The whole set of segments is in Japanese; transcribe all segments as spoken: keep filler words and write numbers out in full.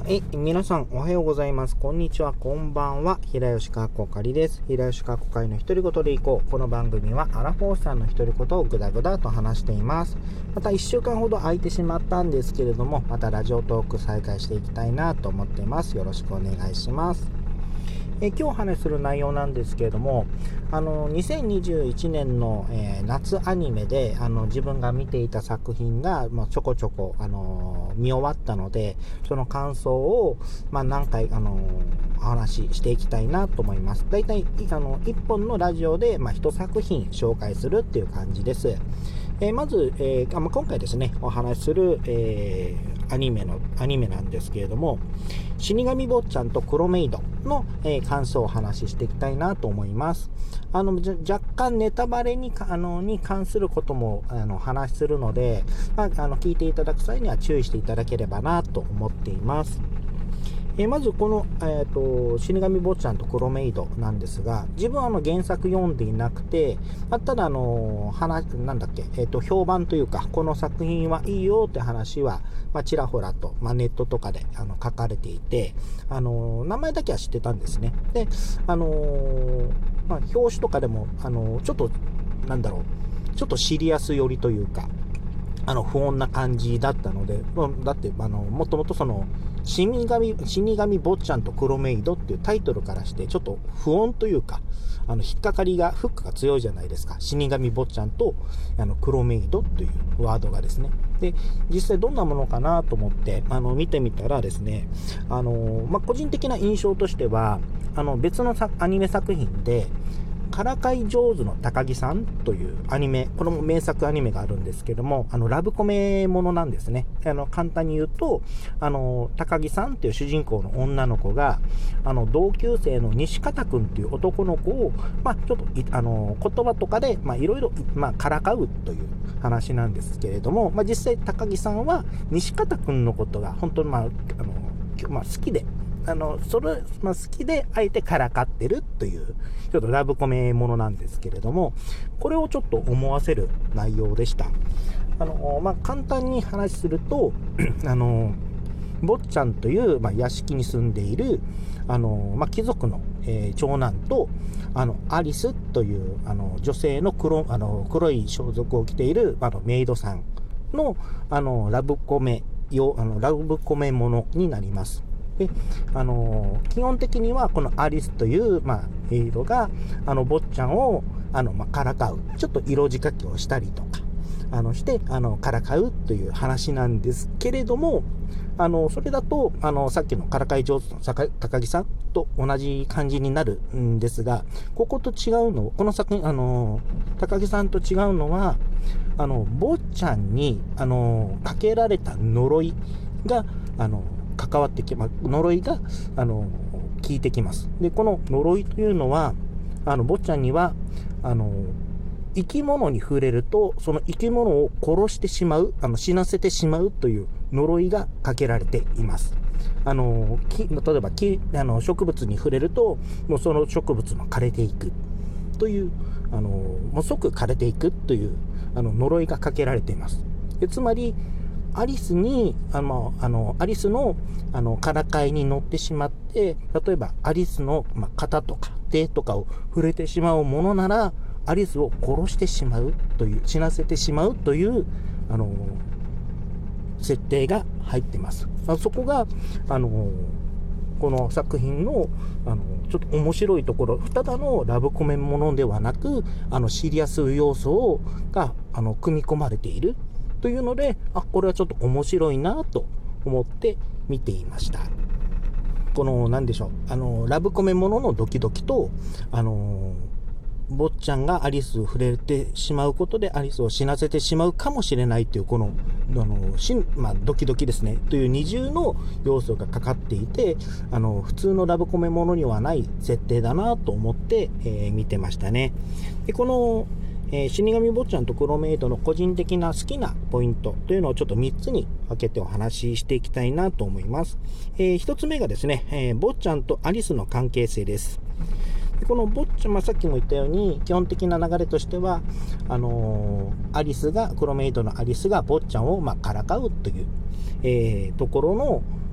え、皆さんおはようございます。こんにちは、こんばんは。平吉かっこかりです。平吉かっこかりの独り言でいこう。この番組はアラフォーさんの独り言をぐだぐだと話しています。またいっしゅうかんほど空いてしまったんですけれども、またラジオトーク再開していきたいなと思っています。よろしくお願いします。え今日お話しする内容なんですけれども、あのにせんにじゅういちねんの、えー、夏アニメであの自分が見ていた作品が、まあ、ちょこちょこ、あのー、見終わったので、その感想を、まあ、何回、あのー、お話ししていきたいなと思います。だいたいあのいっぽんのラジオで、まあ、いち作品紹介するっていう感じです。えー、まず、えーまあ、今回ですねお話しする、えー、アニメのアニメなんですけれども、死神坊ちゃんとクロメイドの、えー、感想をお話ししていきたいなと思います。あの若干ネタバレにあのに関することもあの話しするので、まあ、あの聞いていただく際には注意していただければなと思っています。えー、まずこの、えーと、死神坊ちゃんとクロメイドなんですが、自分はあの原作読んでいなくて、まあ、ただあの話なんだっけ、えーと、評判というかこの作品はいいよって話は、まあ、ちらほらと、まあ、ネットとかであの書かれていて、あの名前だけは知ってたんですね。で、あのーまあ、表紙とかでも、あのー、ちょっとなんだろうちょっとシリアス寄りというか、あの不穏な感じだったので、だってあのもともとその死神死神坊ちゃんとクロメイドっていうタイトルからしてちょっと不穏というか、あの引っかかりがフックが強いじゃないですか。死神坊ちゃんとあのクロメイドというワードがですね。で、実際どんなものかなと思ってあの見てみたらですね、あのまあ、個人的な印象としては、あの別のアニメ作品でからかい上手の高木さんというアニメ、これも名作アニメがあるんですけども、あのラブコメものなんですね。あの簡単に言うと、あの高木さんという主人公の女の子が、あの同級生の西方くんという男の子を、まあ、ちょっとあの言葉とかでいろいろからかうという話なんですけれども、まあ、実際高木さんは西方くんのことが本当に、まああのまあ、好きで、あのそれ、まあ、好きであえてからかってるというちょっとラブコメものなんですけれども、これをちょっと思わせる内容でした。あの、まあ、簡単に話するとあの坊ちゃんという、まあ、屋敷に住んでいるあの、まあ、貴族の、えー、長男とあのアリスというあの女性の 黒, あの黒い装束を着ているあのメイドさんの、あのラブコメよあのラブコメものになります。で、あのー、基本的にはこのアリスという、まあ、メイドがあの坊ちゃんをあの、まあ、からかう、ちょっと色仕掛けをしたりとかあのしてあのからかうという話なんですけれども、あのそれだとあのさっきのからかい上手の高木さんと同じ感じになるんですが、ここと違うの、この作品あの高木さんと違うのは、あの坊ちゃんにあのかけられた呪いがあの関わってき、まあ、呪いがあの効いてきます。で、この呪いというのは、あの坊ちゃんにはあの生き物に触れるとその生き物を殺してしまう、あの死なせてしまうという呪いがかけられています。あの木例えば木あの植物に触れるともうその植物も枯れていくという、あのもう即枯れていくというあの呪いがかけられています。で、つまりアリスにあのあのアリスのあのからかいに乗ってしまって、例えばアリスの、まあ、肩とか手とかを触れてしまうものならアリスを殺してしまうという、死なせてしまうというあの設定が入っています。そこがあのこの作品のあのちょっと面白いところ、ただのラブコメものではなく、あのシリアス要素があの組み込まれているというので、あ、これはちょっと面白いなと思って見ていました。この何でしょう、あのラブコメもののドキドキと、あの坊ちゃんがアリスを触れてしまうことでアリスを死なせてしまうかもしれないというこの、あのしん、まあ、ドキドキですねという二重の要素がかかっていて、あの普通のラブコメものにはない設定だなと思って、えー、見てましたね。で、このえー、死神坊ちゃんとクロメイドの個人的な好きなポイントというのをちょっとみっつに分けてお話ししていきたいなと思います。えー、ひとつめがですね、えー、坊ちゃんとアリスの関係性です。でこの坊ちゃん、まあ、さっきも言ったように基本的な流れとしてはあのー、アリスがクロメイドのアリスが坊ちゃんをまあからかうという、えー、ところの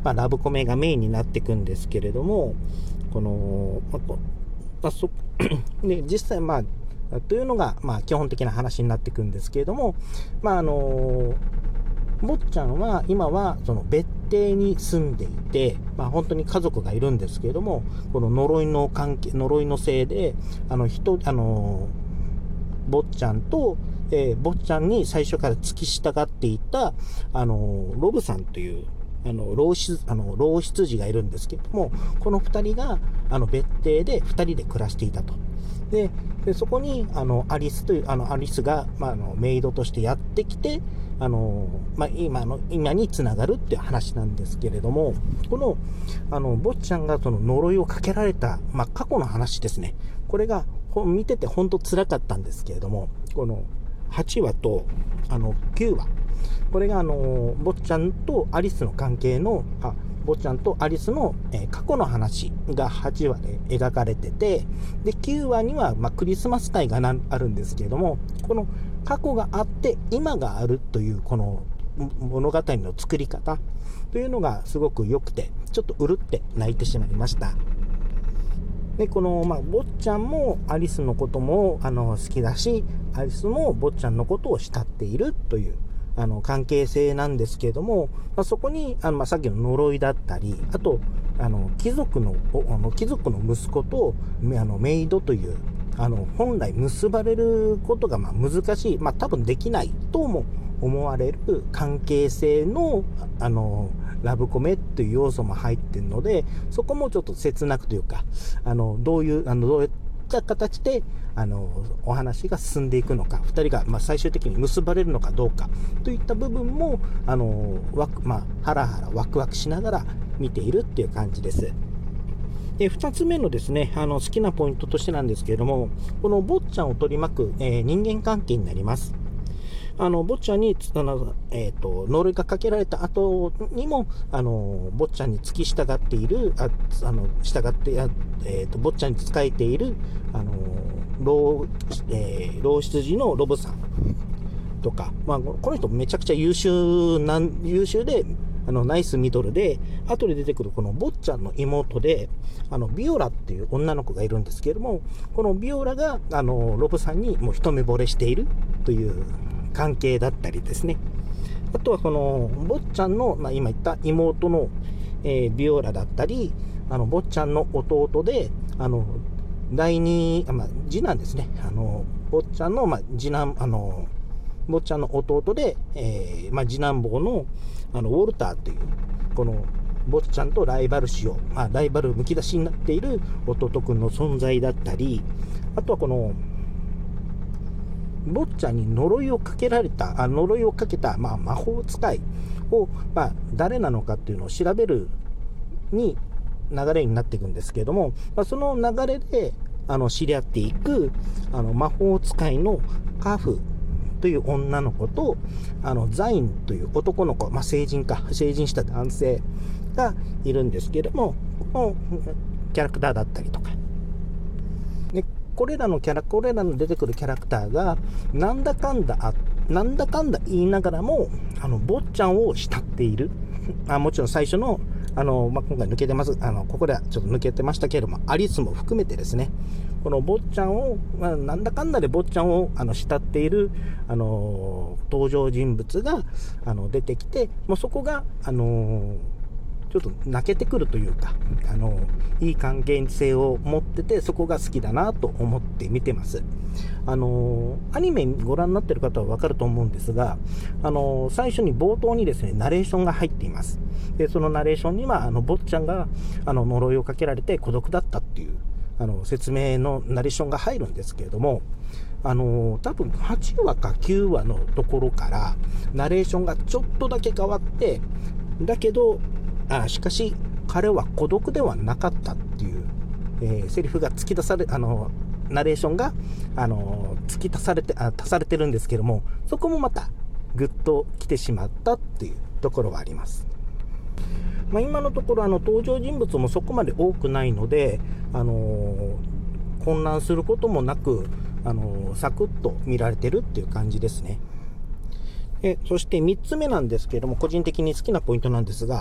まあ、ラブコメがメインになっていくんですけれども、この、まあこまあ、そで実際まあというのが、まあ、基本的な話になっていくんですけれども、まああの坊ちゃんは今はその別邸に住んでいて、まあ、本当に家族がいるんですけれども、この呪いの関係呪いのせいであの人あの坊ちゃんと、えー、坊ちゃんに最初から付き従っていたあのロブさんというあの老子あの老執事がいるんですけれども、このふたりがあの別邸でふたりで暮らしていたと。ででそこにあのアリスというあのアリスが、まあ、あのメイドとしてやってきて、あの、まあ、今の今につながるっていう話なんですけれども、このあの坊ちゃんがその呪いをかけられた、まあ、過去の話ですね。これが見てて本当辛かったんですけれども、このはちわとあのきゅうわ、これがあの坊ちゃんとアリスの関係のあ坊ちゃんとアリスの、えー、過去の話がはちわで描かれてて、できゅうわには、まあ、クリスマス会がなあるんですけれども、この過去があって今があるというこの物語の作り方というのがすごく良くて、ちょっとうるって泣いてしまいました。でこの、まあ、坊ちゃんもアリスのこともあの好きだし、アリスも坊ちゃんのことを慕っているというあの関係性なんですけれども、まあ、そこにあの、まあ、さっきの呪いだったり、あとあの貴族のあの貴族の息子とあのメイドというあの本来結ばれることがまあ難しい、まあ、多分できないとも思われる関係性のあのラブコメという要素も入っているので、そこもちょっと切なくというか、あのどういうあのどういった形であのお話が進んでいくのか、ふたりが、まあ、最終的に結ばれるのかどうかといった部分もあのワク、まあ、ハラハラワクワクしながら見ているっていう感じです。でふたつめのですね、あの好きなポイントとしてなんですけれども、この坊ちゃんを取り巻く、えー、人間関係になります。あの坊ちゃんにあの、えーと、呪いがかけられた後にもあの坊ちゃんに付き従っているああの従ってあ、えーと、坊ちゃんに仕えているあの老、えー、老執事のロブさんとか、まあ、この人めちゃくちゃ優秀なん優秀であのナイスミドルで、後で出てくるこの坊ちゃんの妹であのビオラっていう女の子がいるんですけれども、このビオラがあのロブさんにもう一目惚れしているという関係だったりですね。あとはこの坊ちゃんの、まあ、今言った妹の、えー、ビオラだったり、あの坊ちゃんの弟であの第二、まあ、次男ですね。あの坊ちゃんの、まあ、次男あの坊ちゃんの弟で、えーまあ、次男坊のあのウォルターというこの坊ちゃんとライバル視を、まあ、ライバルむき出しになっている弟くんの存在だったり、あとはこの坊ちゃんに呪いをかけられたあ呪いをかけた、まあ、魔法使いを、まあ、誰なのかっていうのを調べるに流れになっていくんですけれども、まあ、その流れであの知り合っていくあの魔法使いのカフという女の子とあのザインという男の子、まあ、成人か成人した男性がいるんですけれども、このキャラクターだったりとかで、これらのキャラこれらの出てくるキャラクターがなんだかんだあなんだかんだ言いながらもあの坊ちゃんを慕っている。あもちろん最初のあの、まあ、今回抜けてますあのここではちょっと抜けてましたけれども、アリスも含めてですね、この坊ちゃんを、まあ、なんだかんだで坊ちゃんをあの慕っているあの登場人物があの出てきて、もうそこがあのちょっと泣けてくるというか、あのいい関係性を持ってて、そこが好きだなと思って見てます。あのアニメご覧になっている方は分かると思うんですが、あの最初に冒頭にですねナレーションが入っています。でそのナレーションにはあの坊ちゃんがあの呪いをかけられて孤独だったっていうあの説明のナレーションが入るんですけれども、あの多分はちわかきゅうわのところからナレーションがちょっとだけ変わって、だけどあしかし彼は孤独ではなかったっていう、えー、セリフが突き出されあのナレーションがあの突き足されてあ足されてるんですけども、そこもまたグッと来てしまったっていうところはあります。まあ、今のところあの登場人物もそこまで多くないので、あのー、混乱することもなく、あのー、サクッと見られてるっていう感じですね。えそしてみっつめなんですけれども、個人的に好きなポイントなんですが、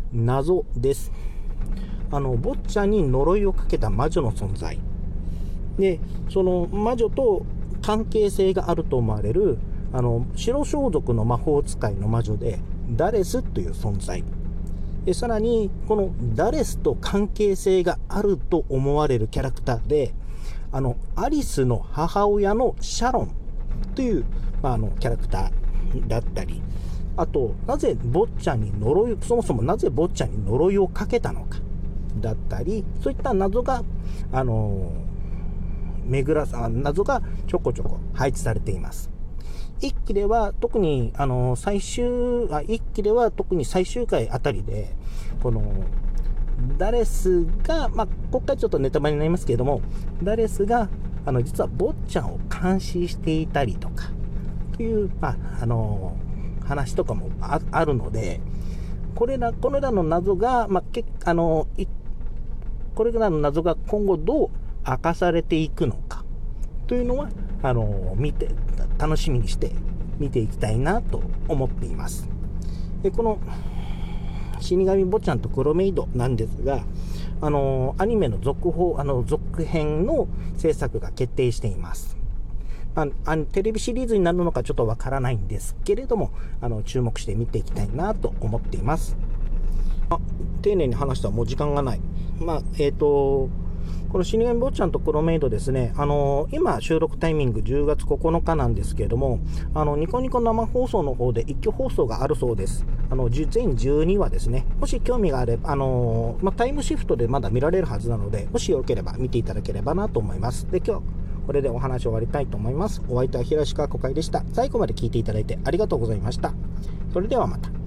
謎です。あの坊ちゃんに呪いをかけた魔女の存在で、その魔女と関係性があると思われるあの白装束の魔法使いの魔女でダレスという存在で、さらにこのダレスと関係性があると思われるキャラクターで、あのアリスの母親のシャロンという、まあ、あのキャラクターだったり、あとなぜ坊ちゃんに呪いそもそもなぜ坊ちゃんに呪いをかけたのかだったり、そういった謎があの巡らさ謎がちょこちょこ配置されています。一期では特にあの最終あ一期では特に最終回あたりでこのダレスが、まあ、ここからちょっとネタバレになりますけれども、ダレスがあの実は坊ちゃんを監視していたりとかという、まあ、あの話とかも あ, あるので、これらこれらの謎が、まあ、けあのいこれらの謎が今後どう明かされていくのかというのはあの見て楽しみにして見ていきたいなと思っています。でこの死神坊ちゃんと黒メイドなんですが、あのアニメの続報あの続編の制作が決定しています。ああテレビシリーズになるのかちょっとわからないんですけれども、あの注目して見ていきたいなと思っています。あ丁寧に話したらもう時間がない。まあえっ、ー、とこの死神坊ちゃんと黒メイドですね、あのー、今収録タイミングじゅうがつここのかなんですけれども、あのニコニコ生放送の方で一挙放送があるそうです。あの全じゅうにわですね。もし興味があれば、あのーまあ、タイムシフトでまだ見られるはずなので、もしよければ見ていただければなと思います。で今日これでお話を終わりたいと思います。お相手は平吉川子会でした。最後まで聞いていただいてありがとうございました。それではまた。